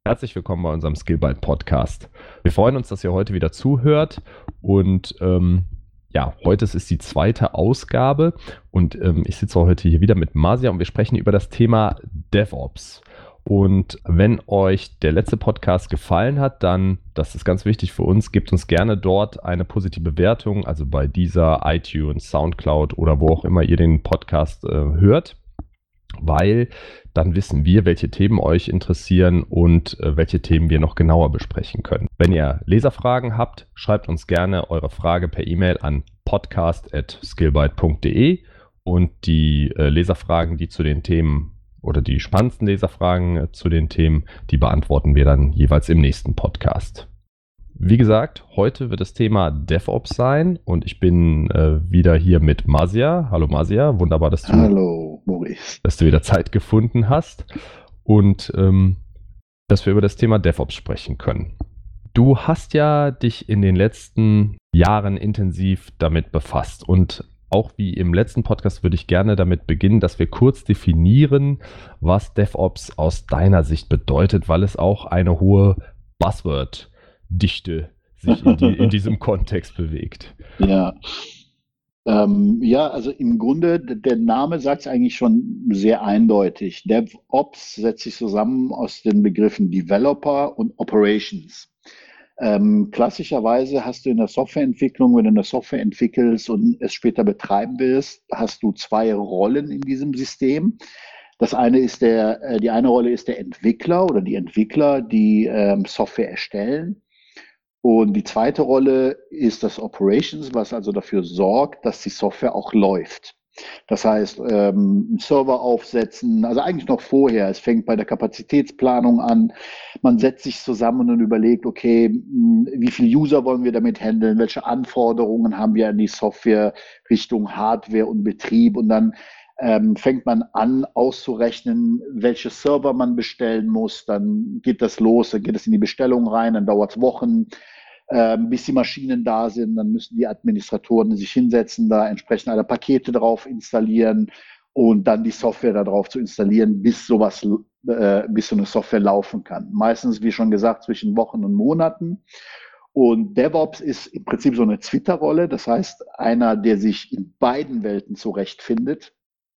Herzlich willkommen bei unserem Skillbyte Podcast. Wir freuen uns, dass ihr heute wieder zuhört und heute ist es die zweite Ausgabe und ich sitze heute hier wieder mit Marcia und wir sprechen über das Thema DevOps. Und wenn euch der letzte Podcast gefallen hat, dann, das ist ganz wichtig für uns, gebt uns gerne dort eine positive Bewertung, also bei dieser iTunes, Soundcloud oder wo auch immer ihr den Podcast hört, weil dann wissen wir, welche Themen euch interessieren und welche Themen wir noch genauer besprechen können. Wenn ihr Leserfragen habt, schreibt uns gerne eure Frage per E-Mail an podcast@skillbyte.de und die Leserfragen, die zu den Themen oder die spannendsten Leserfragen zu den Themen, die beantworten wir dann jeweils im nächsten Podcast. Wie gesagt, heute wird das Thema DevOps sein und ich bin wieder hier mit Marcia. Hallo Marcia, wunderbar, Hallo Maurice. Dass du wieder Zeit gefunden hast und dass wir über das Thema DevOps sprechen können. Du hast ja dich in den letzten Jahren intensiv damit befasst und auch wie im letzten Podcast würde ich gerne damit beginnen, dass wir kurz definieren, was DevOps aus deiner Sicht bedeutet, weil es auch eine hohe Buzzword-Dichte sich in diesem Kontext bewegt. Ja. Also im Grunde, der Name sagt es eigentlich schon sehr eindeutig. DevOps setzt sich zusammen aus den Begriffen Developer und Operations. Klassischerweise hast du in der Softwareentwicklung, wenn du eine Software entwickelst und es später betreiben willst, hast du zwei Rollen in diesem System. Die eine Rolle ist der Entwickler oder die Entwickler, die Software erstellen. Und die zweite Rolle ist das Operations, was also dafür sorgt, dass die Software auch läuft. Das heißt, Server aufsetzen, also eigentlich noch vorher. Es fängt bei der Kapazitätsplanung an. Man setzt sich zusammen und überlegt, okay, wie viele User wollen wir damit handeln? Welche Anforderungen haben wir an die Software Richtung Hardware und Betrieb? Und dann fängt man an auszurechnen, welche Server man bestellen muss. Dann geht das los, dann geht es in die Bestellung rein, dann dauert es Wochen, bis die Maschinen da sind. Dann müssen die Administratoren sich hinsetzen, da entsprechend alle Pakete drauf installieren und dann die Software darauf zu installieren, bis so eine Software laufen kann. Meistens, wie schon gesagt, zwischen Wochen und Monaten. Und DevOps ist im Prinzip so eine Twitter-Rolle, das heißt einer, der sich in beiden Welten zurechtfindet.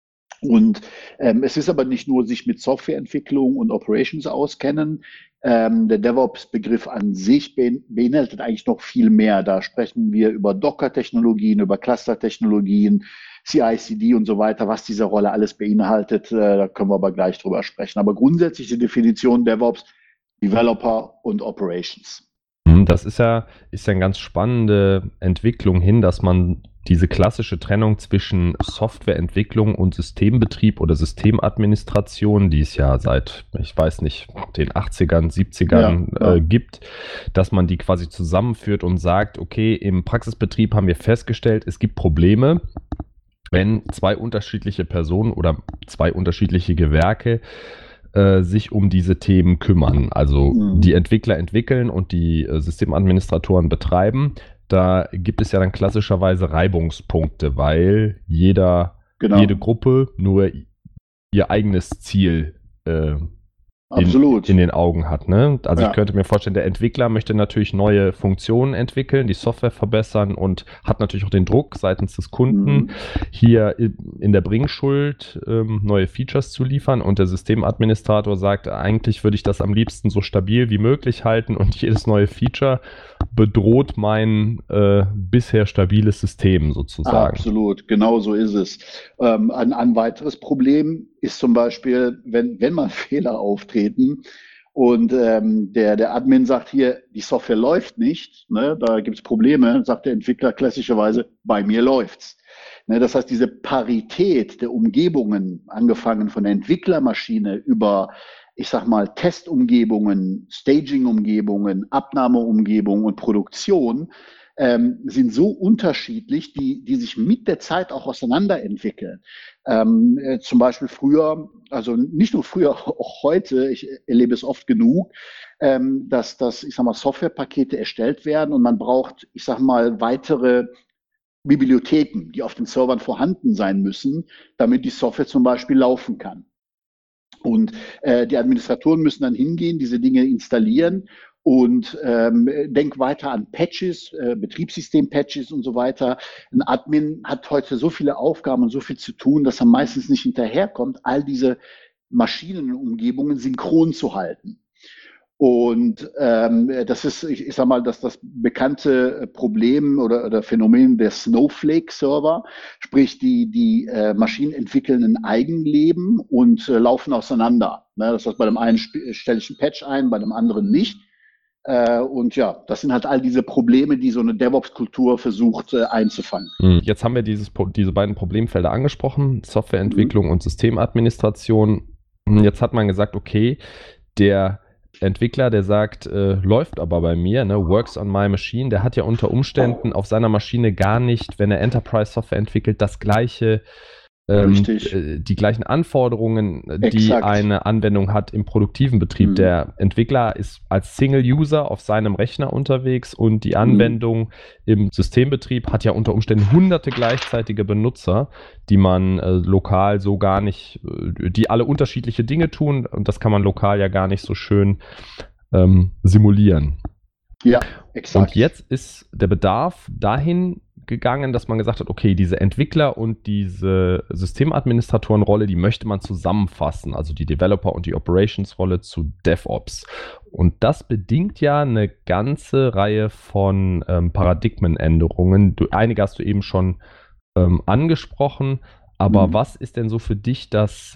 Und es ist aber nicht nur sich mit Softwareentwicklung und Operations auskennen. Der DevOps-Begriff an sich beinhaltet eigentlich noch viel mehr. Da sprechen wir über Docker-Technologien, über Cluster-Technologien, CI/CD und so weiter, was diese Rolle alles beinhaltet. Da können wir aber gleich drüber sprechen. Aber grundsätzlich die Definition DevOps, Developer und Operations. Das ist ja eine ganz spannende Entwicklung hin, dass man diese klassische Trennung zwischen Softwareentwicklung und Systembetrieb oder Systemadministration, die es ja seit, ich weiß nicht, den 80ern, 70ern gibt, dass man die quasi zusammenführt und sagt, okay, im Praxisbetrieb haben wir festgestellt, es gibt Probleme, wenn zwei unterschiedliche Personen oder zwei unterschiedliche Gewerke sich um diese Themen kümmern. Also die Entwickler entwickeln und die Systemadministratoren betreiben. Da gibt es ja dann klassischerweise Reibungspunkte, weil jede Gruppe nur ihr eigenes Ziel in den Augen hat. Ne? Also ich könnte mir vorstellen, der Entwickler möchte natürlich neue Funktionen entwickeln, die Software verbessern und hat natürlich auch den Druck seitens des Kunden, hier in der Bringschuld neue Features zu liefern. Und der Systemadministrator sagt, eigentlich würde ich das am liebsten so stabil wie möglich halten und jedes neue Feature bedroht mein bisher stabiles System sozusagen. Absolut, genau so ist es. Ein weiteres Problem ist zum Beispiel, wenn mal Fehler auftreten und der Admin sagt hier, die Software läuft nicht, ne, da gibt es Probleme, sagt der Entwickler klassischerweise, bei mir läuft's. Ne, das heißt, diese Parität der Umgebungen, angefangen von der Entwicklermaschine über, ich sag mal, Testumgebungen, Staging-Umgebungen, Abnahmeumgebungen und Produktion, sind so unterschiedlich, die sich mit der Zeit auch auseinanderentwickeln. Zum Beispiel früher, also nicht nur früher, auch heute, ich erlebe es oft genug, dass ich sag mal, Softwarepakete erstellt werden und man braucht, ich sag mal, weitere Bibliotheken, die auf den Servern vorhanden sein müssen, damit die Software zum Beispiel laufen kann. Und die Administratoren müssen dann hingehen, diese Dinge installieren und denk weiter an Patches, Betriebssystem-Patches und so weiter. Ein Admin hat heute so viele Aufgaben und so viel zu tun, dass er meistens nicht hinterherkommt, all diese Maschinen und Umgebungen synchron zu halten. Und das ist, ich sag mal, das bekannte Problem oder Phänomen der Snowflake-Server, sprich die Maschinen entwickeln ein Eigenleben und laufen auseinander. Ne? Das heißt, bei dem einen stelle ich einen Patch ein, bei dem anderen nicht. Und ja, das sind halt all diese Probleme, die so eine DevOps-Kultur versucht einzufangen. Jetzt haben wir diese beiden Problemfelder angesprochen, Softwareentwicklung und Systemadministration. Jetzt hat man gesagt, okay, der Entwickler, der sagt, läuft aber bei mir, ne, works on my machine, der hat ja unter Umständen auf seiner Maschine gar nicht, wenn er Enterprise-Software entwickelt, das gleiche, die gleichen Anforderungen, die eine Anwendung hat im produktiven Betrieb. Der Entwickler ist als Single-User auf seinem Rechner unterwegs und die Anwendung im Systembetrieb hat ja unter Umständen hunderte gleichzeitige Benutzer, die man lokal so gar nicht, die alle unterschiedliche Dinge tun, und das kann man lokal ja gar nicht so schön simulieren. Ja, exakt. Und jetzt ist der Bedarf dahin gegangen, dass man gesagt hat, okay, diese Entwickler und diese Systemadministratorenrolle, die möchte man zusammenfassen, also die Developer- und die Operations-Rolle zu DevOps. Und das bedingt ja eine ganze Reihe von Paradigmenänderungen. Einige hast du eben schon angesprochen, aber was ist denn so für dich das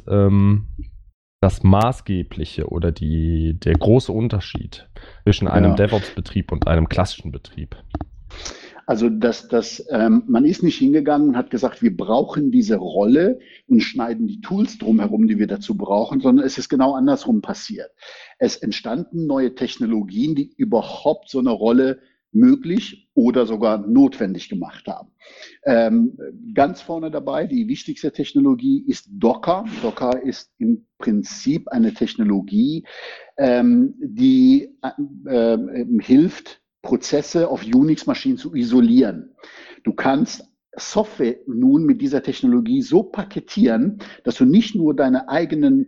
Maßgebliche oder der große Unterschied zwischen einem DevOps-Betrieb und einem klassischen Betrieb? Also man ist nicht hingegangen und hat gesagt, wir brauchen diese Rolle und schneiden die Tools drumherum, die wir dazu brauchen, sondern es ist genau andersrum passiert. Es entstanden neue Technologien, die überhaupt so eine Rolle möglich oder sogar notwendig gemacht haben. Ganz vorne dabei, die wichtigste Technologie ist Docker. Docker ist im Prinzip eine Technologie, die hilft, Prozesse auf Unix-Maschinen zu isolieren. Du kannst Software nun mit dieser Technologie so paketieren, dass du nicht nur deine eigenen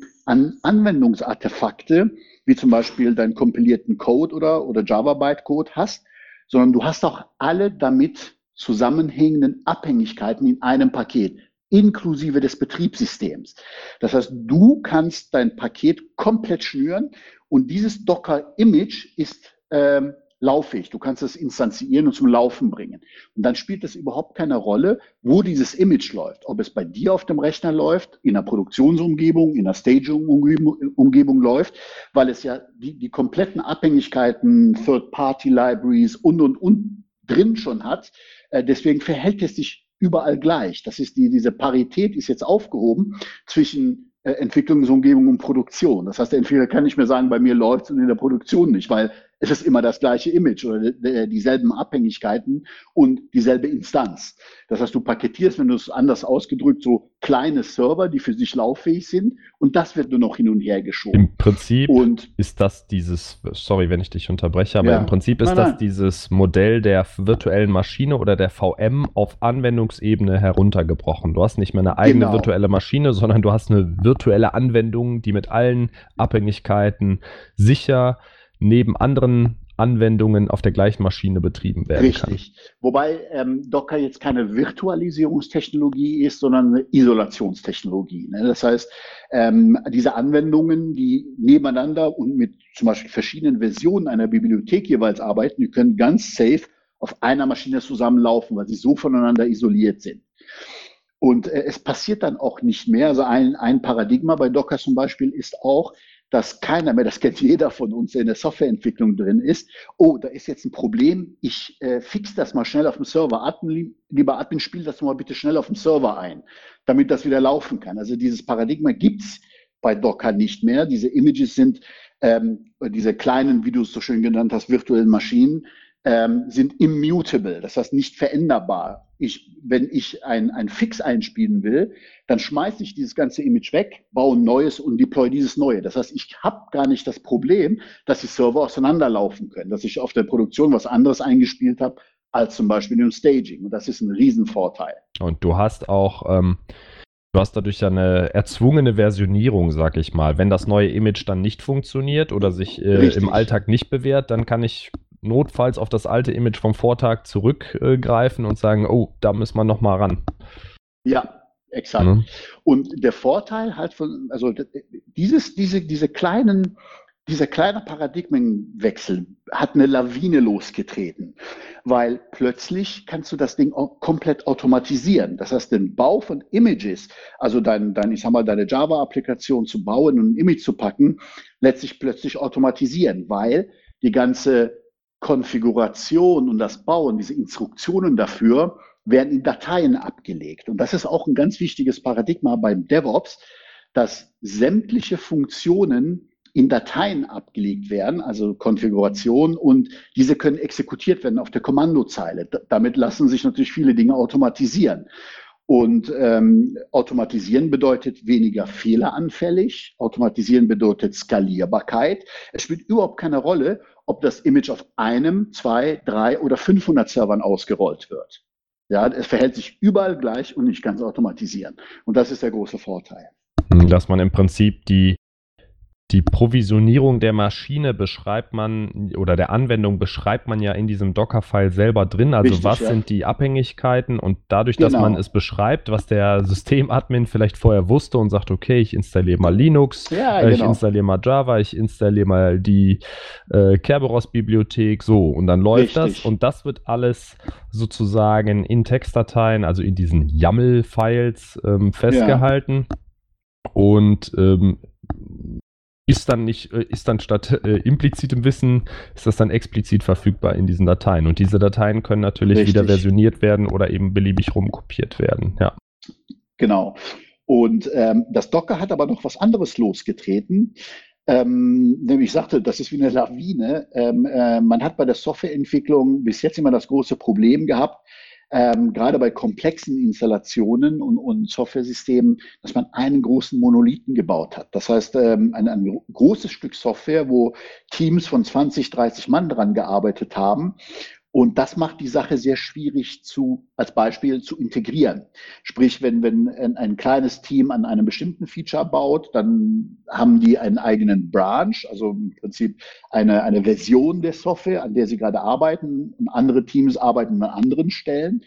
Anwendungsartefakte, wie zum Beispiel deinen kompilierten Code oder Java-Bytecode hast, sondern du hast auch alle damit zusammenhängenden Abhängigkeiten in einem Paket, inklusive des Betriebssystems. Das heißt, du kannst dein Paket komplett schnüren und dieses Docker-Image ist lauffähig. Du kannst es instanzieren und zum Laufen bringen. Und dann spielt es überhaupt keine Rolle, wo dieses Image läuft. Ob es bei dir auf dem Rechner läuft, in einer Produktionsumgebung, in einer Staging-Umgebung läuft, weil es ja die kompletten Abhängigkeiten, Third-Party-Libraries und drin schon hat. Deswegen verhält es sich überall gleich. Das ist diese Parität ist jetzt aufgehoben zwischen Entwicklungsumgebung und Produktion. Das heißt, der Entwickler kann nicht mehr sagen, bei mir läuft es und in der Produktion nicht, weil es ist immer das gleiche Image oder dieselben Abhängigkeiten und dieselbe Instanz. Das heißt, du paketierst, wenn du es anders ausgedrückt, so kleine Server, die für sich lauffähig sind und das wird nur noch hin und her geschoben. Im Prinzip ist das sorry, wenn ich dich unterbreche, aber im Prinzip ist das dieses Modell der virtuellen Maschine oder der VM auf Anwendungsebene heruntergebrochen. Du hast nicht mehr eine eigene virtuelle Maschine, sondern du hast eine virtuelle Anwendung, die mit allen Abhängigkeiten sicher neben anderen Anwendungen auf der gleichen Maschine betrieben werden kann. Richtig. Wobei Docker jetzt keine Virtualisierungstechnologie ist, sondern eine Isolationstechnologie. Ne? Das heißt, diese Anwendungen, die nebeneinander und mit zum Beispiel verschiedenen Versionen einer Bibliothek jeweils arbeiten, die können ganz safe auf einer Maschine zusammenlaufen, weil sie so voneinander isoliert sind. Und es passiert dann auch nicht mehr. Also ein Paradigma bei Docker zum Beispiel ist auch, dass keiner mehr, das kennt jeder von uns, der in der Softwareentwicklung drin ist, oh, da ist jetzt ein Problem, ich fix das mal schnell auf dem Server. Lieber Admin, spiel das mal bitte schnell auf dem Server ein, damit das wieder laufen kann. Also dieses Paradigma gibt's bei Docker nicht mehr. Diese Images sind, diese kleinen, wie du es so schön genannt hast, virtuellen Maschinen, sind immutable, das heißt nicht veränderbar. Wenn ich ein Fix einspielen will, dann schmeiße ich dieses ganze Image weg, baue ein neues und deploy dieses neue. Das heißt, ich habe gar nicht das Problem, dass die Server auseinanderlaufen können, dass ich auf der Produktion was anderes eingespielt habe, als zum Beispiel im Staging. Und das ist ein Riesenvorteil. Und du hast auch Du hast dadurch ja eine erzwungene Versionierung, sag ich mal. Wenn das neue Image dann nicht funktioniert oder sich im Richtig. Alltag nicht bewährt, dann kann ich notfalls auf das alte Image vom Vortag zurückgreifen und sagen, oh, da müssen wir noch mal ran. Ja, exakt. Ne? Und der Vorteil halt von, also dieser kleine Paradigmenwechsel hat eine Lawine losgetreten, weil plötzlich kannst du das Ding auch komplett automatisieren. Das heißt, den Bau von Images, also ich sag mal, deine Java-Applikation zu bauen und ein Image zu packen, lässt sich plötzlich automatisieren, weil die ganze Konfiguration und das Bauen, diese Instruktionen dafür, werden in Dateien abgelegt. Und das ist auch ein ganz wichtiges Paradigma beim DevOps, dass sämtliche Funktionen in Dateien abgelegt werden, also Konfiguration, und diese können exekutiert werden auf der Kommandozeile. Damit lassen sich natürlich viele Dinge automatisieren. Und automatisieren bedeutet weniger fehleranfällig. Automatisieren bedeutet Skalierbarkeit. Es spielt überhaupt keine Rolle, ob das Image auf einem, zwei, drei oder 500 Servern ausgerollt wird. Ja, es verhält sich überall gleich und ich kann es automatisieren. Und das ist der große Vorteil. Dass man im Prinzip die Provisionierung der Maschine beschreibt man oder der Anwendung beschreibt man ja in diesem Docker-File selber drin. Also Richtig, was ja. sind die Abhängigkeiten und dadurch, dass man es Genau. beschreibt, was der Systemadmin vielleicht vorher wusste und sagt, okay, ich installiere mal Linux, Ja, ich genau. installiere mal Java, ich installiere mal die Kerberos-Bibliothek, so und dann läuft das Richtig. und das wird alles sozusagen in Textdateien, also in diesen YAML-Files Ja, festgehalten und ist dann statt implizitem Wissen, ist das dann explizit verfügbar in diesen Dateien. Und diese Dateien können natürlich wieder richtig. versioniert werden oder eben beliebig rumkopiert werden. Ja. Genau. Und das Docker hat aber noch was anderes losgetreten. Nämlich sagte, das ist wie eine Lawine. Man hat bei der Softwareentwicklung bis jetzt immer das große Problem gehabt, gerade bei komplexen Installationen und Softwaresystemen, dass man einen großen Monolithen gebaut hat. Das heißt, ein großes Stück Software, wo Teams von 20, 30 Mann dran gearbeitet haben. Und das macht die Sache sehr schwierig als Beispiel zu integrieren. Sprich, wenn ein kleines Team an einem bestimmten Feature baut, dann haben die einen eigenen Branch, also im Prinzip eine Version der Software, an der sie gerade arbeiten, und andere Teams arbeiten an anderen Stellen.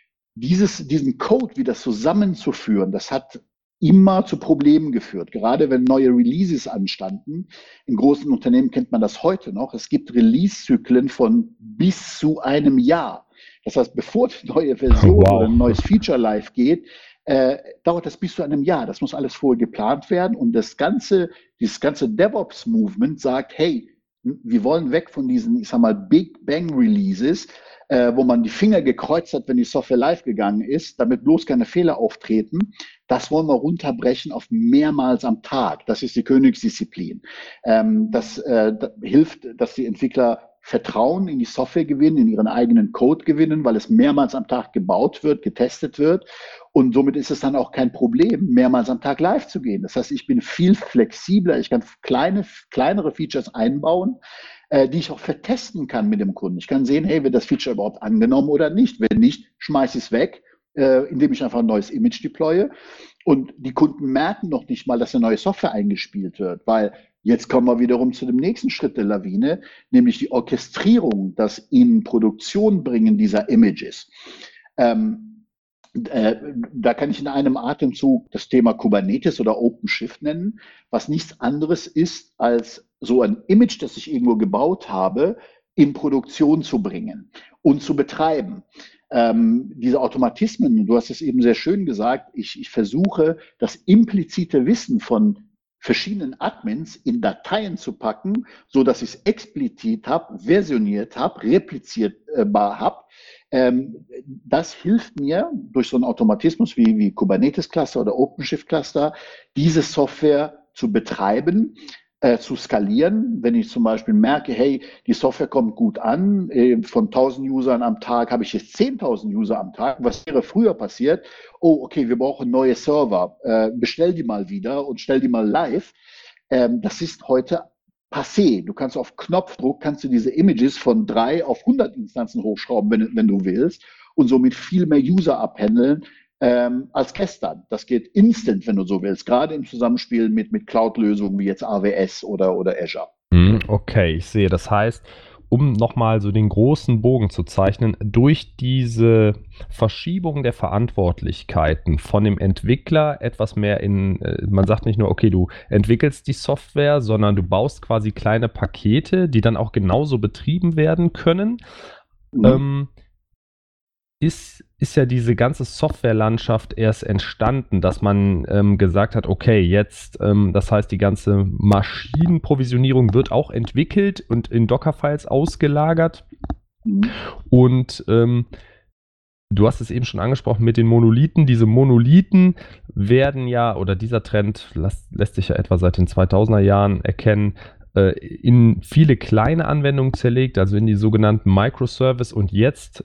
Diesen Code wieder zusammenzuführen, das hat immer zu Problemen geführt, gerade wenn neue Releases anstanden. In großen Unternehmen kennt man das heute noch. Es gibt Release-Zyklen von bis zu einem Jahr. Das heißt, bevor die neue Version oder Wow. ein neues Feature live geht, dauert das bis zu einem Jahr. Das muss alles vorher geplant werden. Und dieses ganze DevOps-Movement sagt, hey, wir wollen weg von diesen, ich sag mal, Big Bang Releases, wo man die Finger gekreuzt hat, wenn die Software live gegangen ist, damit bloß keine Fehler auftreten. Das wollen wir runterbrechen auf mehrmals am Tag. Das ist die Königsdisziplin. Das hilft, dass die Entwickler Vertrauen in die Software gewinnen, in ihren eigenen Code gewinnen, weil es mehrmals am Tag gebaut wird, getestet wird. Und somit ist es dann auch kein Problem, mehrmals am Tag live zu gehen. Das heißt, ich bin viel flexibler, ich kann kleinere Features einbauen, die ich auch vertesten kann mit dem Kunden. Ich kann sehen, hey, wird das Feature überhaupt angenommen oder nicht? Wenn nicht, schmeiße ich es weg, indem ich einfach ein neues Image deploye. Und die Kunden merken noch nicht mal, dass eine neue Software eingespielt wird, weil jetzt kommen wir wiederum zu dem nächsten Schritt der Lawine, nämlich die Orchestrierung, das in Produktion bringen dieser Images. Ähm, da kann ich in einem Atemzug das Thema Kubernetes oder OpenShift nennen, was nichts anderes ist, als so ein Image, das ich irgendwo gebaut habe, in Produktion zu bringen und zu betreiben. Diese Automatismen, du hast es eben sehr schön gesagt, ich versuche das implizite Wissen von verschiedenen Admins in Dateien zu packen, so dass ich es explizit habe, versioniert habe, replizierbar habe. Das hilft mir durch so einen Automatismus wie Kubernetes Cluster oder OpenShift Cluster, diese Software zu betreiben, zu skalieren. Wenn ich zum Beispiel merke, hey, die Software kommt gut an, von 1000 Usern am Tag habe ich jetzt 10.000 User am Tag. Was wäre früher passiert? Oh, okay, wir brauchen neue Server. Bestell die mal wieder und stell die mal live. Das ist heute passé. Du kannst auf Knopfdruck kannst du diese Images von 3 auf 100 Instanzen hochschrauben, wenn du willst, und somit viel mehr User abhandeln, als gestern. Das geht instant, wenn du so willst, gerade im Zusammenspiel mit Cloud-Lösungen wie jetzt AWS oder Azure. Okay, ich sehe. Das heißt, um nochmal so den großen Bogen zu zeichnen, durch diese Verschiebung der Verantwortlichkeiten von dem Entwickler etwas mehr man sagt nicht nur, okay, du entwickelst die Software, sondern du baust quasi kleine Pakete, die dann auch genauso betrieben werden können. Mhm. Ist ja diese ganze Softwarelandschaft erst entstanden, dass man gesagt hat, okay, jetzt, das heißt, die ganze Maschinenprovisionierung wird auch entwickelt und in Dockerfiles ausgelagert. Mhm. Und du hast es eben schon angesprochen mit den Monolithen. Diese Monolithen werden ja, oder dieser Trend lässt sich ja etwa seit den 2000er Jahren erkennen, in viele kleine Anwendungen zerlegt, also in die sogenannten Microservice. Und jetzt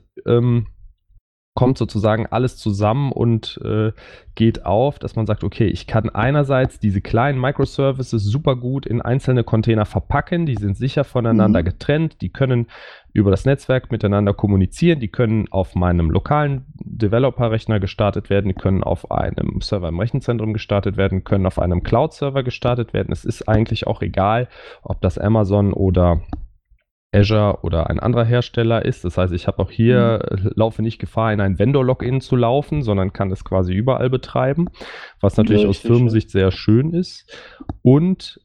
kommt sozusagen alles zusammen und geht auf, dass man sagt, okay, ich kann einerseits diese kleinen Microservices super gut in einzelne Container verpacken, die sind sicher voneinander Mhm. getrennt, die können über das Netzwerk miteinander kommunizieren, die können auf meinem lokalen Developer-Rechner gestartet werden, die können auf einem Server im Rechenzentrum gestartet werden, können auf einem Cloud-Server gestartet werden. Es ist eigentlich auch egal, ob das Amazon oder Azure oder ein anderer Hersteller ist. Das heißt, ich habe auch Mhm. hier, laufe nicht Gefahr, in ein Vendor-Login zu laufen, sondern kann es quasi überall betreiben, was natürlich aus Richtig, ja. Firmensicht sehr schön ist. Und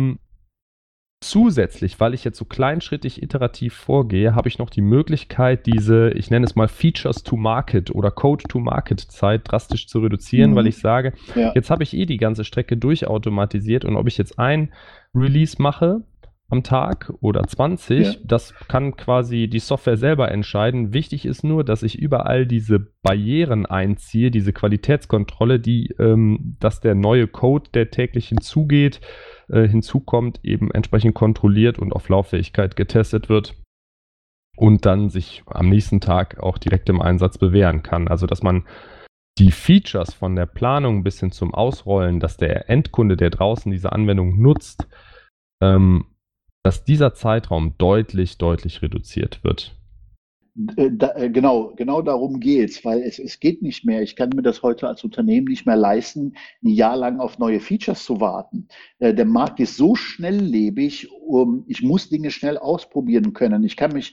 zusätzlich, weil ich jetzt so kleinschrittig iterativ vorgehe, habe ich noch die Möglichkeit, diese, ich nenne es mal Features to Market oder Code to Market Zeit drastisch zu reduzieren, weil ich Mhm. sage, Ja. jetzt habe ich die ganze Strecke durchautomatisiert und ob ich jetzt ein Release mache am Tag oder Ja. 20, das kann quasi die Software selber entscheiden. Wichtig ist nur, dass ich überall diese Barrieren einziehe, diese Qualitätskontrolle, dass der neue Code, der täglich hinzukommt, eben entsprechend kontrolliert und auf Lauffähigkeit getestet wird und dann sich am nächsten Tag auch direkt im Einsatz bewähren kann. Also dass man die Features von der Planung bis hin zum Ausrollen, dass der Endkunde, der draußen diese Anwendung nutzt, ähm, dass dieser Zeitraum deutlich, deutlich reduziert wird. Genau darum geht's, weil es geht nicht mehr. Ich kann mir das heute als Unternehmen nicht mehr leisten, ein Jahr lang auf neue Features zu warten. Der Markt ist so schnelllebig, ich muss Dinge schnell ausprobieren können.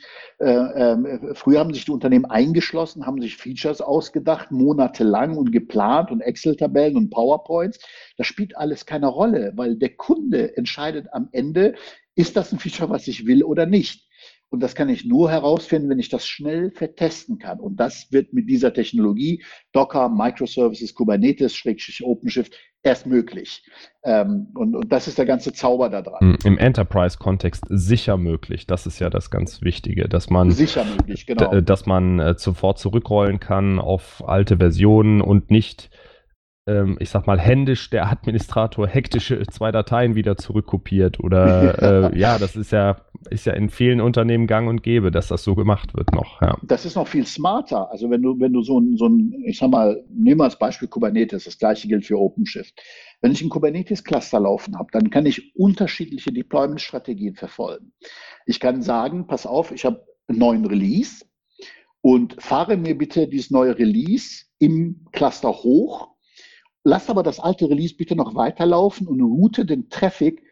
Früher haben sich die Unternehmen eingeschlossen, haben sich Features ausgedacht, monatelang und geplant und Excel-Tabellen und PowerPoints. Das spielt alles keine Rolle, weil der Kunde entscheidet am Ende, ist das ein Feature, was ich will oder nicht. Und das kann ich nur herausfinden, wenn ich das schnell vertesten kann. Und das wird mit dieser Technologie Docker, Microservices, Kubernetes, Schrägstrich OpenShift erst möglich. Und das ist der ganze Zauber daran. Im Enterprise-Kontext sicher möglich. Das ist ja das ganz Wichtige, Sicher möglich, genau. dass man sofort zurückrollen kann auf alte Versionen und nicht, ich sag mal, händisch der Administrator hektische 2 Dateien wieder zurückkopiert oder ja, das ist ja in vielen Unternehmen gang und gäbe, dass das so gemacht wird noch, ja. Das ist noch viel smarter. Also wenn du so ein, ich sag mal, nehmen wir als Beispiel Kubernetes, das gleiche gilt für OpenShift. Wenn ich ein Kubernetes-Cluster laufen habe, dann kann ich unterschiedliche Deployment-Strategien verfolgen. Ich kann sagen, pass auf, ich habe einen neuen Release und fahre mir bitte dieses neue Release im Cluster hoch. Lass aber das alte Release bitte noch weiterlaufen und route den Traffic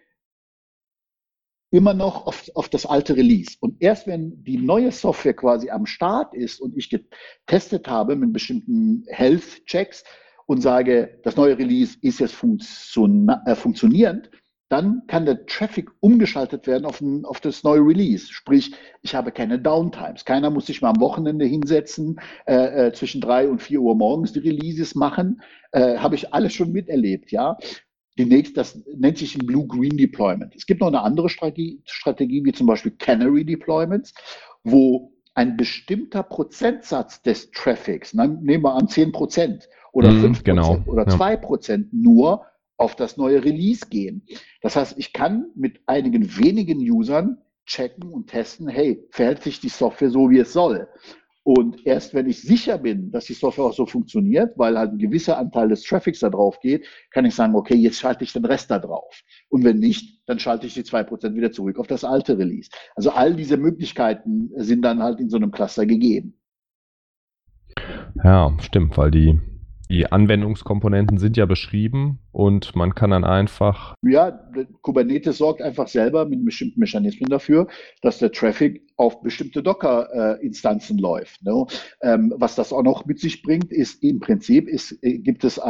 immer noch auf das alte Release. Und erst wenn die neue Software quasi am Start ist und ich getestet habe mit bestimmten Health-Checks und sage, das neue Release ist jetzt funktionierend, dann kann der Traffic umgeschaltet werden auf das neue Release. Sprich, ich habe keine Downtimes. Keiner muss sich mal am Wochenende hinsetzen, zwischen 3 und 4 Uhr morgens die Releases machen. Habe ich alles schon miterlebt, ja. Das nennt sich ein Blue-Green Deployment. Es gibt noch eine andere Strategie wie zum Beispiel Canary Deployments, wo ein bestimmter Prozentsatz des Traffics, nehmen wir an 10% oder Genau. 5% oder Ja. 2% nur auf das neue Release gehen. Das heißt, ich kann mit einigen wenigen Usern checken und testen, hey, verhält sich die Software so, wie es soll? Und erst wenn ich sicher bin, dass die Software auch so funktioniert, weil halt ein gewisser Anteil des Traffics da drauf geht, kann ich sagen, okay, jetzt schalte ich den Rest da drauf. Und wenn nicht, dann schalte ich die 2% wieder zurück auf das alte Release. Also all diese Möglichkeiten sind dann halt in so einem Cluster gegeben. Ja, stimmt, weil die Die Anwendungskomponenten sind ja beschrieben und man kann dann einfach. Ja, Kubernetes sorgt einfach selber mit bestimmten Mechanismen dafür, dass der Traffic auf bestimmte Docker-Instanzen läuft. Ne? Was das auch noch mit sich bringt, ist im Prinzip gibt es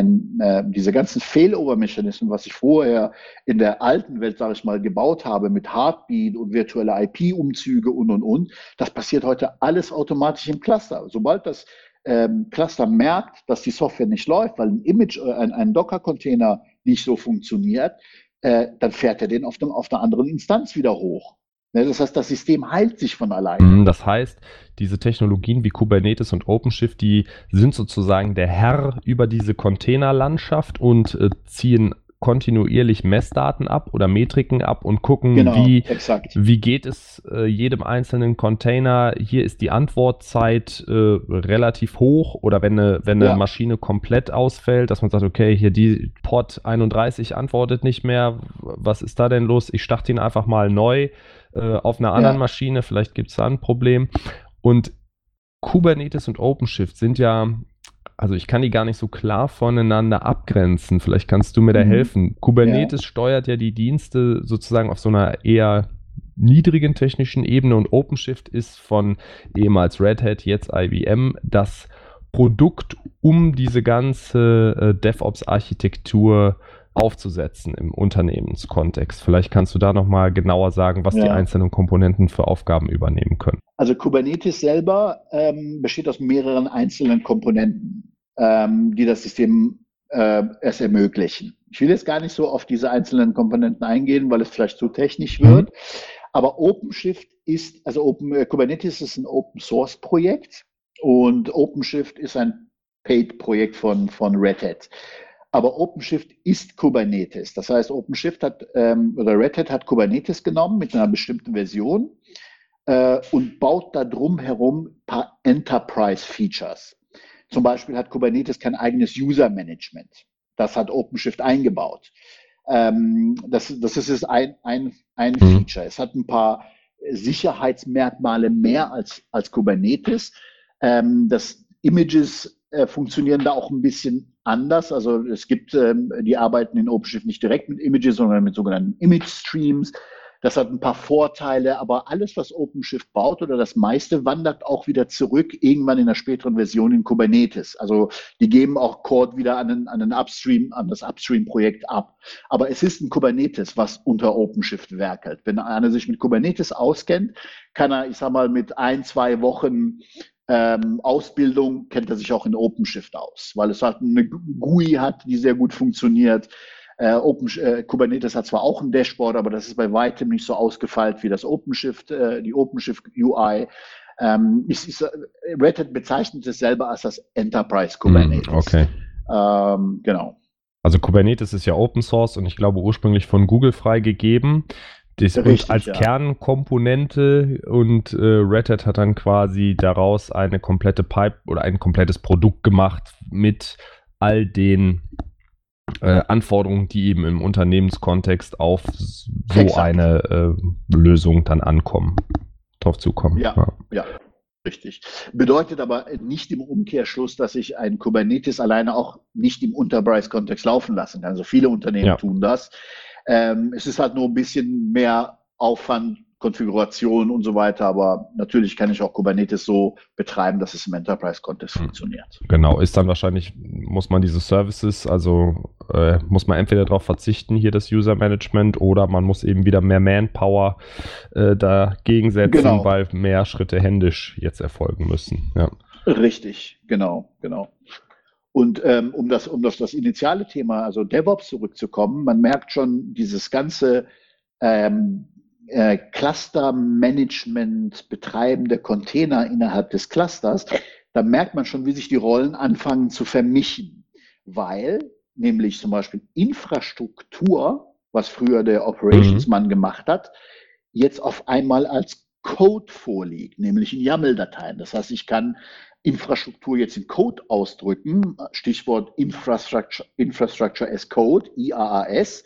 diese ganzen Failover-Mechanismen, was ich vorher in der alten Welt, sage ich mal, gebaut habe mit Heartbeat und virtuelle IP-Umzüge und. Das passiert heute alles automatisch im Cluster. Sobald das Cluster merkt, dass die Software nicht läuft, weil ein Image, ein Docker-Container nicht so funktioniert, dann fährt er den auf einer anderen Instanz wieder hoch. Ne, das heißt, das System heilt sich von alleine. Das heißt, diese Technologien wie Kubernetes und OpenShift, die sind sozusagen der Herr über diese Containerlandschaft und ziehen kontinuierlich Messdaten ab oder Metriken ab und gucken, Genau, wie, exakt. wie geht es jedem einzelnen Container. Hier ist die Antwortzeit relativ hoch, oder wenn eine Ja, Maschine komplett ausfällt, dass man sagt, okay, hier die Port 31 antwortet nicht mehr, was ist da denn los? Ich starte ihn einfach mal neu auf einer anderen ja. Maschine, vielleicht gibt es da ein Problem. Und Kubernetes und OpenShift sind ja, also ich kann die gar nicht so klar voneinander abgrenzen. Vielleicht kannst du mir da Mhm. helfen. Ja, Kubernetes steuert ja die Dienste sozusagen auf so einer eher niedrigen technischen Ebene, und OpenShift ist von ehemals Red Hat, jetzt IBM, das Produkt, um diese ganze DevOps-Architektur aufzusetzen im Unternehmenskontext. Vielleicht kannst du da nochmal genauer sagen, was die ja. einzelnen Komponenten für Aufgaben übernehmen können. Also Kubernetes selber besteht aus mehreren einzelnen Komponenten, die das System es ermöglichen. Ich will jetzt gar nicht so auf diese einzelnen Komponenten eingehen, weil es vielleicht zu technisch wird. Aber OpenShift ist, also Kubernetes ist ein Open Source Projekt und OpenShift ist ein Paid-Projekt von Red Hat. Aber OpenShift ist Kubernetes. Das heißt, OpenShift oder Red Hat hat Kubernetes genommen mit einer bestimmten Version und baut da drum herum ein paar Enterprise-Features. Zum Beispiel hat Kubernetes kein eigenes User-Management. Das hat OpenShift eingebaut. Das ist ein Feature. Es hat ein paar Sicherheitsmerkmale mehr als Kubernetes. Das Images funktionieren da auch ein bisschen anders. Also es gibt, die arbeiten in OpenShift nicht direkt mit Images, sondern mit sogenannten Image Streams. Das hat ein paar Vorteile, aber alles, was OpenShift baut oder das meiste, wandert auch wieder zurück, irgendwann in einer späteren Version in Kubernetes. Also die geben auch Code wieder an das Upstream-Projekt ab. Aber es ist ein Kubernetes, was unter OpenShift werkelt. Wenn einer sich mit Kubernetes auskennt, kann er, ich sag mal, mit 1, 2 Wochen Ausbildung kennt er sich auch in OpenShift aus, weil es halt eine GUI hat, die sehr gut funktioniert. Kubernetes hat zwar auch ein Dashboard, aber das ist bei weitem nicht so ausgefeilt wie die OpenShift UI. Red Hat bezeichnet es selber als das Enterprise Kubernetes. Okay. Genau. Also Kubernetes ist ja Open Source und ich glaube ursprünglich von Google freigegeben. Und als Kernkomponente, und Red Hat hat dann quasi daraus eine komplette Pipe oder ein komplettes Produkt gemacht mit all den Anforderungen, die eben im Unternehmenskontext auf so eine Lösung dann drauf zukommen. Ja, richtig. Bedeutet aber nicht im Umkehrschluss, dass ich ein Kubernetes alleine auch nicht im Enterprise-Kontext laufen lassen kann. Also viele Unternehmen tun das. Es ist halt nur ein bisschen mehr Aufwand, Konfiguration und so weiter, aber natürlich kann ich auch Kubernetes so betreiben, dass es im Enterprise-Kontext funktioniert. Genau, ist dann wahrscheinlich, muss man diese Services, also muss man entweder darauf verzichten, hier das User-Management, oder man muss eben wieder mehr Manpower dagegen setzen, weil mehr Schritte händisch jetzt erfolgen müssen. Ja. Richtig, genau. Und um das initiale Thema, also DevOps, zurückzukommen, man merkt schon dieses ganze Cluster-Management, Betreiben der Container innerhalb des Clusters, da merkt man schon, wie sich die Rollen anfangen zu vermischen, weil nämlich zum Beispiel Infrastruktur, was früher der Operationsmann gemacht hat, jetzt auf einmal als Code vorliegt, nämlich in YAML-Dateien. Das heißt, ich kann Infrastruktur jetzt in Code ausdrücken, Stichwort Infrastructure as Code, IaaS,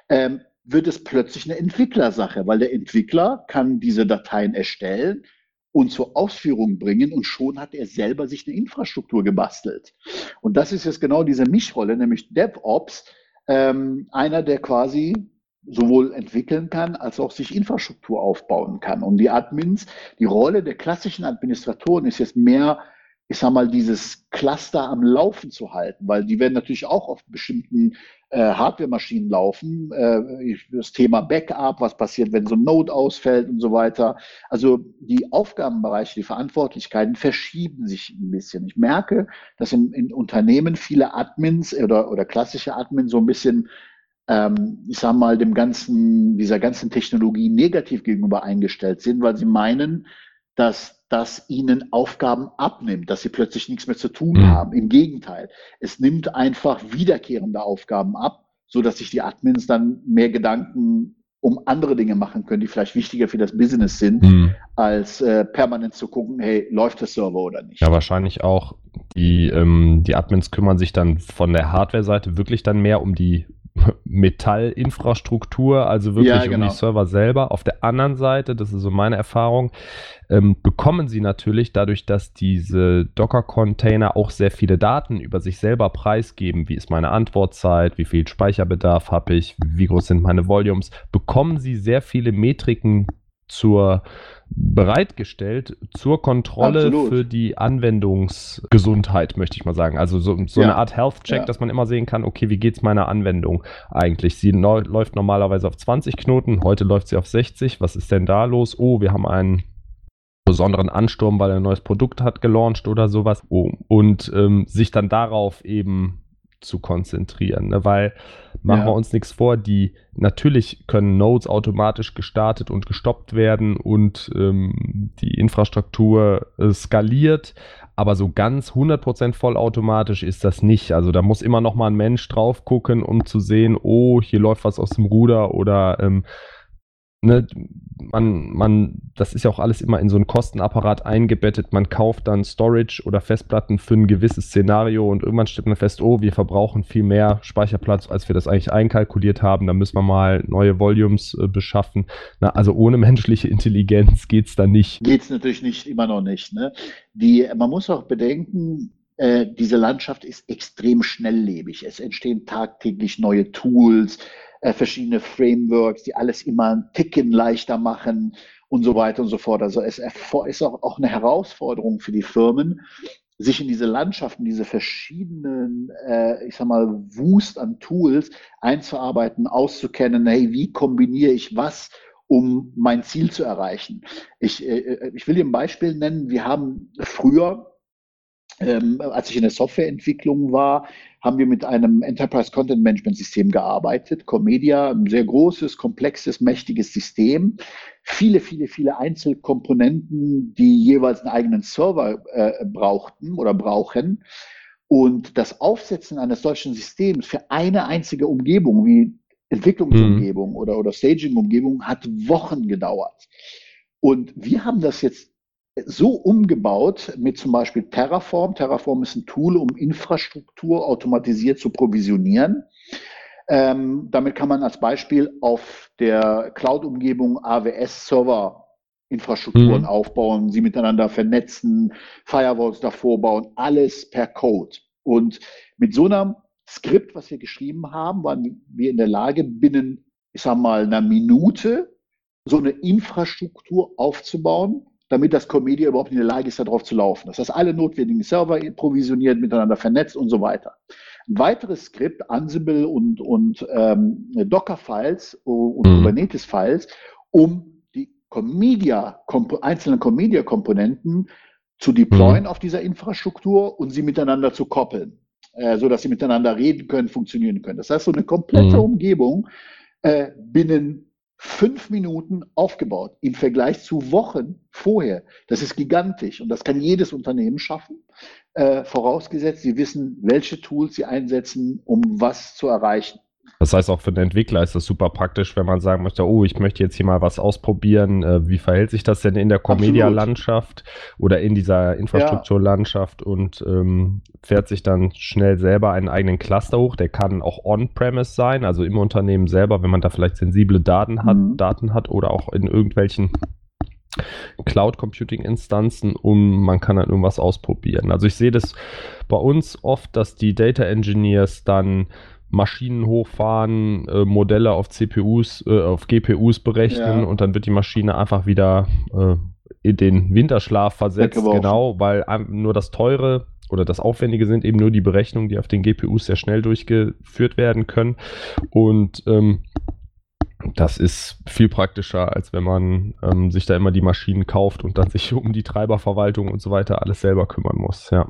wird es plötzlich eine Entwicklersache, weil der Entwickler kann diese Dateien erstellen und zur Ausführung bringen und schon hat er selber sich eine Infrastruktur gebastelt. Und das ist jetzt genau diese Mischrolle, nämlich DevOps, einer, der quasi sowohl entwickeln kann, als auch sich Infrastruktur aufbauen kann. Und die Admins, die Rolle der klassischen Administratoren ist jetzt mehr, ich sag mal, dieses Cluster am Laufen zu halten, weil die werden natürlich auch auf bestimmten Hardware-Maschinen laufen. Das Thema Backup, was passiert, wenn so ein Node ausfällt und so weiter. Also die Aufgabenbereiche, die Verantwortlichkeiten verschieben sich ein bisschen. Ich merke, dass in Unternehmen viele Admins oder klassische Admins so ein bisschen ich sage mal, dieser ganzen Technologie negativ gegenüber eingestellt sind, weil sie meinen, dass das ihnen Aufgaben abnimmt, dass sie plötzlich nichts mehr zu tun haben. Im Gegenteil, es nimmt einfach wiederkehrende Aufgaben ab, so dass sich die Admins dann mehr Gedanken um andere Dinge machen können, die vielleicht wichtiger für das Business sind, als permanent zu gucken, hey, läuft der Server oder nicht. Ja, wahrscheinlich auch. Die Admins kümmern sich dann von der Hardware-Seite wirklich dann mehr um die Metallinfrastruktur, also wirklich um die Server selber. Auf der anderen Seite, das ist so meine Erfahrung, bekommen sie natürlich dadurch, dass diese Docker-Container auch sehr viele Daten über sich selber preisgeben. Wie ist meine Antwortzeit? Wie viel Speicherbedarf habe ich? Wie groß sind meine Volumes? Bekommen sie sehr viele Metriken bereitgestellt zur Kontrolle für die Anwendungsgesundheit, möchte ich mal sagen. Also so eine Art Health-Check, dass man immer sehen kann, okay, wie geht es meiner Anwendung eigentlich? Sie läuft normalerweise auf 20 Knoten, heute läuft sie auf 60. Was ist denn da los? Oh, wir haben einen besonderen Ansturm, weil er ein neues Produkt hat gelauncht oder sowas. Oh, und sich dann darauf eben zu konzentrieren, ne? Weil machen wir uns nichts vor, natürlich können Nodes automatisch gestartet und gestoppt werden und die Infrastruktur skaliert, aber so ganz 100% vollautomatisch ist das nicht. Also da muss immer noch mal ein Mensch drauf gucken, um zu sehen, oh, hier läuft was aus dem Ruder oder das ist ja auch alles immer in so einen Kostenapparat eingebettet. Man kauft dann Storage oder Festplatten für ein gewisses Szenario und irgendwann stellt man fest, oh, wir verbrauchen viel mehr Speicherplatz, als wir das eigentlich einkalkuliert haben. Da müssen wir mal neue Volumes beschaffen. Also ohne menschliche Intelligenz geht es da nicht. Geht es natürlich nicht, immer noch nicht. Ne? Man muss auch bedenken, diese Landschaft ist extrem schnelllebig. Es entstehen tagtäglich neue Tools, verschiedene Frameworks, die alles immer ein Ticken leichter machen und so weiter und so fort. Also es ist auch eine Herausforderung für die Firmen, sich in diese Landschaften, diese verschiedenen, ich sag mal, Wust an Tools einzuarbeiten, auszukennen. Hey, wie kombiniere ich was, um mein Ziel zu erreichen? Ich will dir ein Beispiel nennen. Wir haben früher, als ich in der Softwareentwicklung war, haben wir mit einem Enterprise Content Management System gearbeitet. Comedia, ein sehr großes, komplexes, mächtiges System. Viele Einzelkomponenten, die jeweils einen eigenen Server brauchten oder brauchen. Und das Aufsetzen eines solchen Systems für eine einzige Umgebung, wie Entwicklungsumgebung oder Staging-Umgebung, hat Wochen gedauert. Und wir haben das jetzt so umgebaut mit zum Beispiel Terraform. Terraform ist ein Tool, um Infrastruktur automatisiert zu provisionieren. Damit kann man als Beispiel auf der Cloud-Umgebung AWS-Server-Infrastrukturen aufbauen, sie miteinander vernetzen, Firewalls davor bauen, alles per Code. Und mit so einem Skript, was wir geschrieben haben, waren wir in der Lage, binnen, ich sag mal, einer Minute so eine Infrastruktur aufzubauen, damit das Comedia überhaupt in der Lage ist, darauf zu laufen. Das heißt, alle notwendigen Server provisioniert, miteinander vernetzt und so weiter. Ein weiteres Skript, Ansible und Docker-Files und Kubernetes-Files, um die einzelnen Comedia-Komponenten zu deployen auf dieser Infrastruktur und sie miteinander zu koppeln, sodass sie miteinander reden können, funktionieren können. Das heißt, so eine komplette Umgebung binnen 5 Minuten aufgebaut im Vergleich zu Wochen vorher. Das ist gigantisch und das kann jedes Unternehmen schaffen, vorausgesetzt, sie wissen, welche Tools sie einsetzen, um was zu erreichen. Das heißt, auch für den Entwickler ist das super praktisch, wenn man sagen möchte, oh, ich möchte jetzt hier mal was ausprobieren. Wie verhält sich das denn in der Comedia-Landschaft oder in dieser Infrastrukturlandschaft und fährt sich dann schnell selber einen eigenen Cluster hoch. Der kann auch on-premise sein, also im Unternehmen selber, wenn man da vielleicht sensible Daten hat oder auch in irgendwelchen Cloud-Computing-Instanzen und man kann dann irgendwas ausprobieren. Also ich sehe das bei uns oft, dass die Data Engineers dann Maschinen hochfahren, Modelle auf CPUs, auf GPUs berechnen und dann wird die Maschine einfach wieder in den Winterschlaf versetzt, genau, weil nur das Teure oder das Aufwendige sind eben nur die Berechnungen, die auf den GPUs sehr schnell durchgeführt werden können. Und das ist viel praktischer, als wenn man sich da immer die Maschinen kauft und dann sich um die Treiberverwaltung und so weiter alles selber kümmern muss, ja.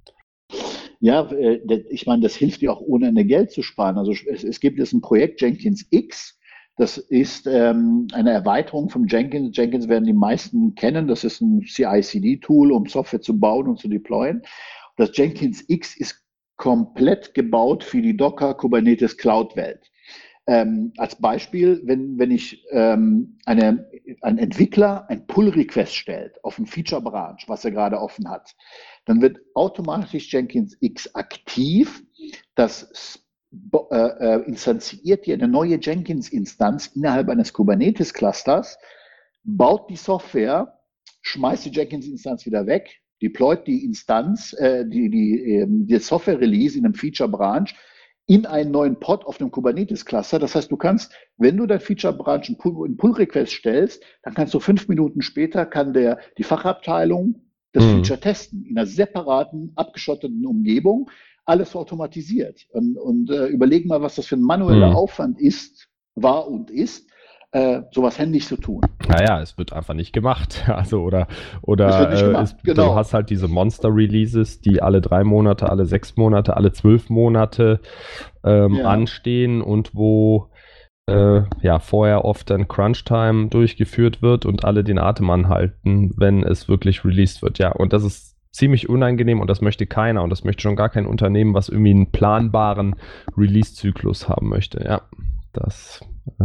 Ja, ich meine, das hilft dir auch ohne Ende Geld zu sparen. Also es gibt jetzt ein Projekt Jenkins X. Das ist eine Erweiterung von Jenkins. Jenkins werden die meisten kennen. Das ist ein CI/CD-Tool, um Software zu bauen und zu deployen. Das Jenkins X ist komplett gebaut für die Docker Kubernetes Cloud-Welt. Als Beispiel, wenn ich ein Entwickler ein Pull-Request stellt auf ein Feature-Branch, was er gerade offen hat, dann wird automatisch Jenkins X aktiv. Das instanziert dir eine neue Jenkins-Instanz innerhalb eines Kubernetes-Clusters, baut die Software, schmeißt die Jenkins-Instanz wieder weg, deployt die Instanz, die Software-Release in einem Feature-Branch in einen neuen Pod auf dem Kubernetes-Cluster. Das heißt, du kannst, wenn du dein Feature-Branch einen Pull-Request stellst, dann kannst du 5 Minuten später, kann die Fachabteilung das Feature testen, in einer separaten, abgeschotteten Umgebung, alles automatisiert. Und überleg mal, was das für ein manueller Aufwand war und ist, sowas händisch zu tun. Naja, es wird einfach nicht gemacht. Also es wird nicht gemacht. Genau. Du hast halt diese Monster-Releases, die alle 3 Monate, alle 6 Monate, alle 12 Monate anstehen und wo vorher oft dann Crunch-Time durchgeführt wird und alle den Atem anhalten, wenn es wirklich released wird. Ja, und das ist ziemlich unangenehm und das möchte keiner und das möchte schon gar kein Unternehmen, was irgendwie einen planbaren Release-Zyklus haben möchte. Ja, das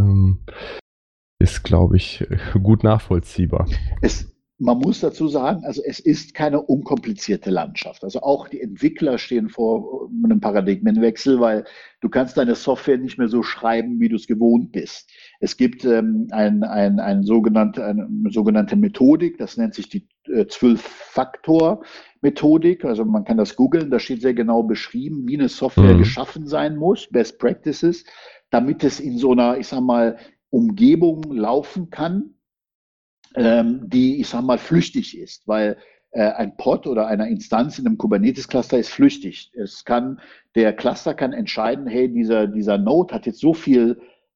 ist, glaube ich, gut nachvollziehbar. Man muss dazu sagen, also es ist keine unkomplizierte Landschaft. Also auch die Entwickler stehen vor einem Paradigmenwechsel, weil du kannst deine Software nicht mehr so schreiben, wie du es gewohnt bist. Es gibt eine sogenannte Methodik, das nennt sich die 12-Faktor-Methodik. Also man kann das googeln, da steht sehr genau beschrieben, wie eine Software geschaffen sein muss, Best Practices, damit es in so einer, ich sag mal, Umgebung laufen kann, die, ich sag mal, flüchtig ist, weil ein Pod oder eine Instanz in einem Kubernetes-Cluster ist flüchtig. Der Cluster kann entscheiden, hey, dieser Node hat jetzt so viel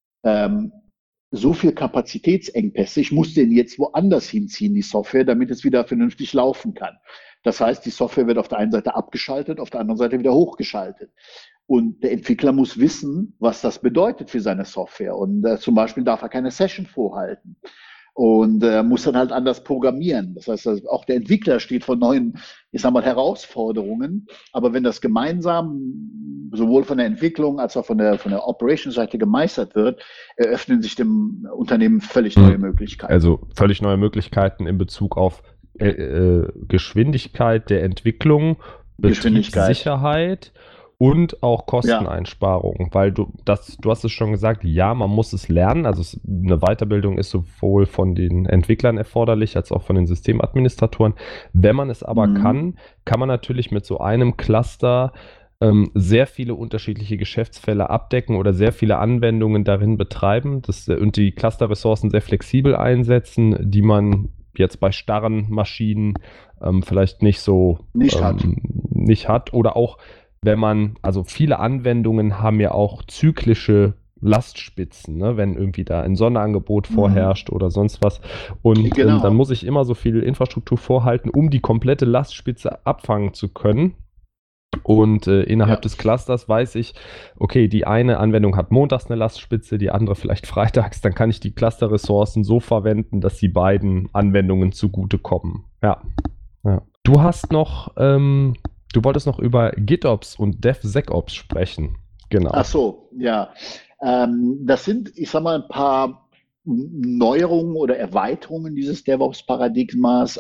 Kapazitätsengpässe, ich muss den jetzt woanders hinziehen, die Software, damit es wieder vernünftig laufen kann. Das heißt, die Software wird auf der einen Seite abgeschaltet, auf der anderen Seite wieder hochgeschaltet. Und der Entwickler muss wissen, was das bedeutet für seine Software. Und zum Beispiel darf er keine Session vorhalten. Und muss dann halt anders programmieren. Das heißt, auch der Entwickler steht vor neuen, ich sag mal, Herausforderungen. Aber wenn das gemeinsam sowohl von der Entwicklung als auch von der Operations-Seite gemeistert wird, eröffnen sich dem Unternehmen völlig neue Möglichkeiten. Also völlig neue Möglichkeiten in Bezug auf Geschwindigkeit der Entwicklung, Betriebssicherheit und auch Kosteneinsparungen, weil du hast es schon gesagt, ja, man muss es lernen, also eine Weiterbildung ist sowohl von den Entwicklern erforderlich, als auch von den Systemadministratoren. Wenn man es aber kann man natürlich mit so einem Cluster sehr viele unterschiedliche Geschäftsfälle abdecken oder sehr viele Anwendungen darin betreiben und die Cluster-Ressourcen sehr flexibel einsetzen, die man jetzt bei starren Maschinen vielleicht nicht hat oder auch also viele Anwendungen haben ja auch zyklische Lastspitzen, ne? Wenn irgendwie da ein Sonderangebot vorherrscht oder sonst was. Und dann muss ich immer so viel Infrastruktur vorhalten, um die komplette Lastspitze abfangen zu können. Und innerhalb des Clusters weiß ich, okay, die eine Anwendung hat montags eine Lastspitze, die andere vielleicht freitags. Dann kann ich die Cluster-Ressourcen so verwenden, dass sie beiden Anwendungen zugutekommen. Ja. Du hast noch... Du wolltest noch über GitOps und DevSecOps sprechen. Genau. Ach so, ja. Das sind, ich sag mal, ein paar Neuerungen oder Erweiterungen dieses DevOps-Paradigmas.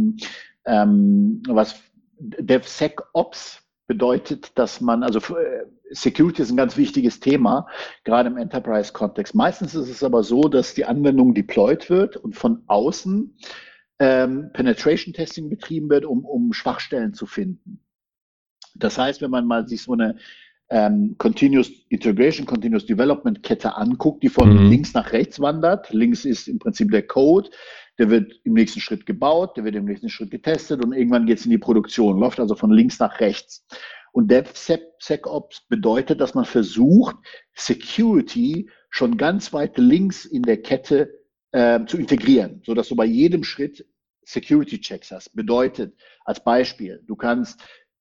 Was DevSecOps bedeutet, dass Security ist ein ganz wichtiges Thema, gerade im Enterprise-Kontext. Meistens ist es aber so, dass die Anwendung deployed wird und von außen Penetration Testing betrieben wird, um Schwachstellen zu finden. Das heißt, wenn man mal sich so eine Continuous Integration, Continuous Development Kette anguckt, die von links nach rechts wandert. Links ist im Prinzip der Code, der wird im nächsten Schritt gebaut, der wird im nächsten Schritt getestet und irgendwann geht es in die Produktion, läuft also von links nach rechts. Und DevSecOps bedeutet, dass man versucht, Security schon ganz weit links in der Kette zu integrieren, sodass du bei jedem Schritt Security-Checks hast. Bedeutet, als Beispiel, du kannst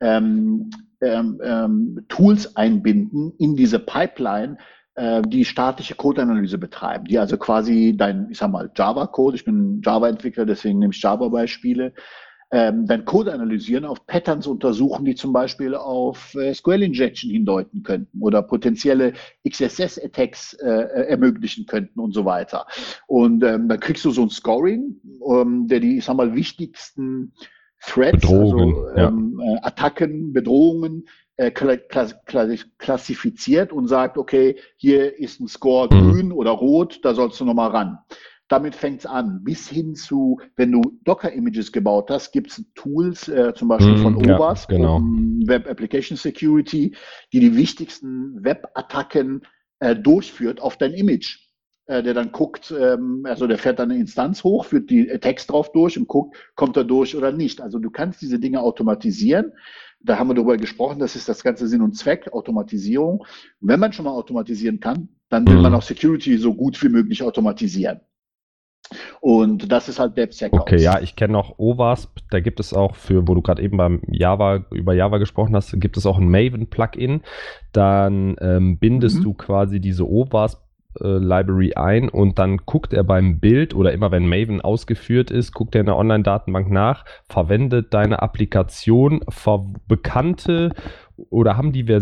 Tools einbinden in diese Pipeline, die statische Code-Analyse betreiben, die also quasi ich sag mal, Java-Code, ich bin Java-Entwickler, deswegen nehme ich Java-Beispiele, dein Code analysieren, auf Patterns untersuchen, die zum Beispiel auf SQL-Injection hindeuten könnten oder potenzielle XSS-Attacks ermöglichen könnten und so weiter. Und dann kriegst du so ein Scoring, der die, ich sag mal, wichtigsten Threats, Attacken, Bedrohungen klassifiziert und sagt, okay, hier ist ein Score grün oder rot, da sollst du nochmal ran. Damit fängt es an, bis hin zu, wenn du Docker-Images gebaut hast, gibt es Tools, zum Beispiel von OWASP, Web Application Security, die wichtigsten Web-Attacken durchführt auf dein Image. Der dann guckt, also der fährt dann eine Instanz hoch, führt die Text drauf durch und guckt, kommt er durch oder nicht. Also du kannst diese Dinge automatisieren. Da haben wir darüber gesprochen, das ist das ganze Sinn und Zweck, Automatisierung. Und wenn man schon mal automatisieren kann, dann will man auch Security so gut wie möglich automatisieren. Und das ist halt DevSecOps. Okay, ja, ich kenne noch OWASP, da gibt es auch wo du gerade eben über Java gesprochen hast, gibt es auch ein Maven-Plugin. Dann bindest du quasi diese OWASP Library ein und dann guckt er beim Bild oder immer wenn Maven ausgeführt ist, guckt er in der Online-Datenbank nach, verwendet deine Applikation bekannte oder haben die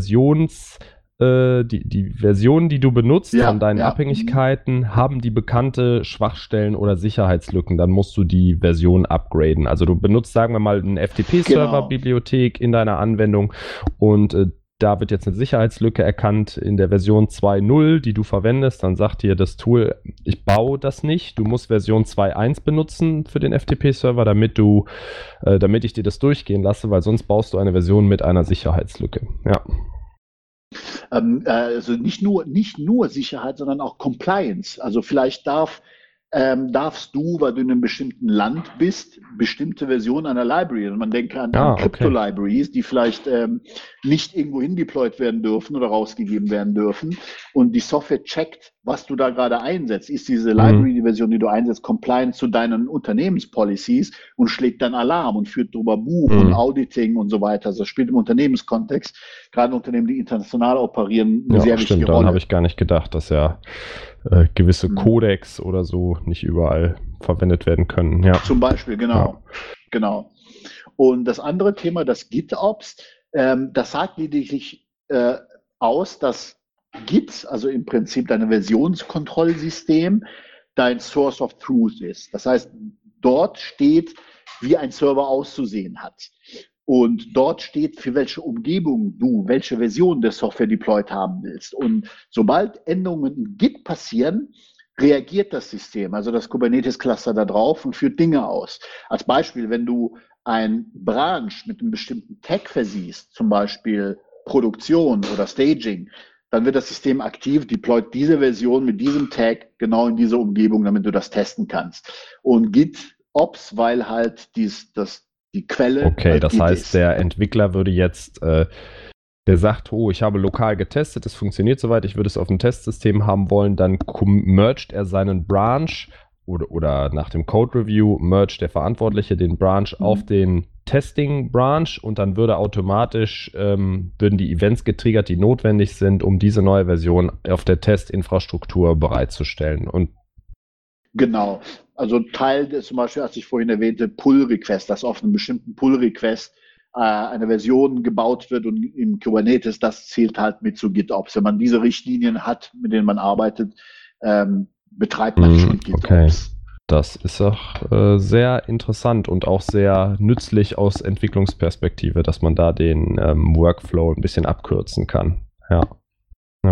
die Versionen, die du benutzt von deinen Abhängigkeiten, haben die bekannte Schwachstellen oder Sicherheitslücken, dann musst du die Version upgraden. Also du benutzt, sagen wir mal, eine FTP-Server-Bibliothek in deiner Anwendung und da wird jetzt eine Sicherheitslücke erkannt in der Version 2.0, die du verwendest. Dann sagt dir das Tool, ich baue das nicht. Du musst Version 2.1 benutzen für den FTP-Server, damit ich dir das durchgehen lasse, weil sonst baust du eine Version mit einer Sicherheitslücke. Ja. Also nicht nur Sicherheit, sondern auch Compliance. Also vielleicht darfst du, weil du in einem bestimmten Land bist, bestimmte Versionen einer Library. Und man denkt an Crypto-Libraries, die vielleicht nicht irgendwo hin deployed werden dürfen oder rausgegeben werden dürfen. Und die Software checkt, was du da gerade einsetzt. Ist diese Library, die Version, die du einsetzt, compliant zu deinen Unternehmenspolicies und schlägt dann Alarm und führt darüber Buch und Auditing und so weiter. Also das spielt im Unternehmenskontext, gerade Unternehmen, die international operieren, eine sehr wichtige Rolle. Daran habe ich gar nicht gedacht, dass gewisse Codecs oder so nicht überall verwendet werden können. Ja. Zum Beispiel, genau. Und das andere Thema, das GitOps, das sagt lediglich aus, dass Git, also im Prinzip dein Versionskontrollsystem, dein Source of Truth ist. Das heißt, dort steht, wie ein Server auszusehen hat. Und dort steht, für welche Umgebung du welche Version der Software deployed haben willst. Und sobald Änderungen in Git passieren, reagiert das System, also das Kubernetes-Cluster da drauf und führt Dinge aus. Als Beispiel, wenn du ein Branch mit einem bestimmten Tag versiehst, zum Beispiel Produktion oder Staging, dann wird das System aktiv, deployt diese Version mit diesem Tag genau in diese Umgebung, damit du das testen kannst. Und GitOps, weil halt die Quelle. Okay, halt das heißt, der Entwickler würde jetzt, der sagt, ich habe lokal getestet, es funktioniert soweit, ich würde es auf dem Testsystem haben wollen, dann mergt er seinen Branch oder nach dem Code Review mergt der Verantwortliche den Branch auf den Testing Branch und dann würde automatisch würden die Events getriggert, die notwendig sind, um diese neue Version auf der Testinfrastruktur bereitzustellen. Und genau. Also Teil des, zum Beispiel, als ich vorhin erwähnte, Pull-Request, dass auf einem bestimmten Pull-Request eine Version gebaut wird und im Kubernetes, das zählt halt mit zu GitOps. Wenn man diese Richtlinien hat, mit denen man arbeitet, betreibt man schon GitOps. Okay. Das ist auch sehr interessant und auch sehr nützlich aus Entwicklungsperspektive, dass man da den Workflow ein bisschen abkürzen kann. Ja.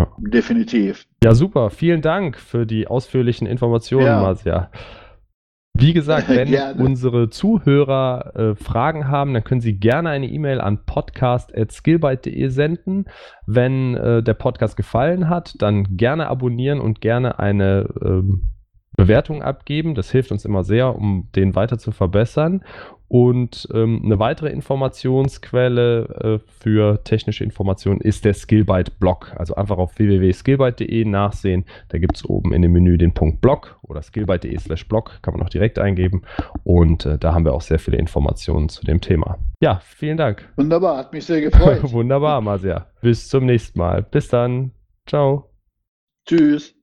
Definitiv. Ja, super. Vielen Dank für die ausführlichen Informationen, Marcia. Wie gesagt, wenn Gerne. unsere Zuhörer Fragen haben, dann können sie gerne eine E-Mail an podcast@skillbyte.de senden. Wenn der Podcast gefallen hat, dann gerne abonnieren und gerne eine Bewertung abgeben. Das hilft uns immer sehr, um den weiter zu verbessern. Und eine weitere Informationsquelle für technische Informationen ist der Skillbyte-Blog. Also einfach auf www.skillbyte.de nachsehen. Da gibt es oben in dem Menü den Punkt Blog oder skillbyte.de/blog, kann man auch direkt eingeben. Und da haben wir auch sehr viele Informationen zu dem Thema. Ja, vielen Dank. Wunderbar, hat mich sehr gefreut. Wunderbar, Marcia. Bis zum nächsten Mal. Bis dann. Ciao. Tschüss.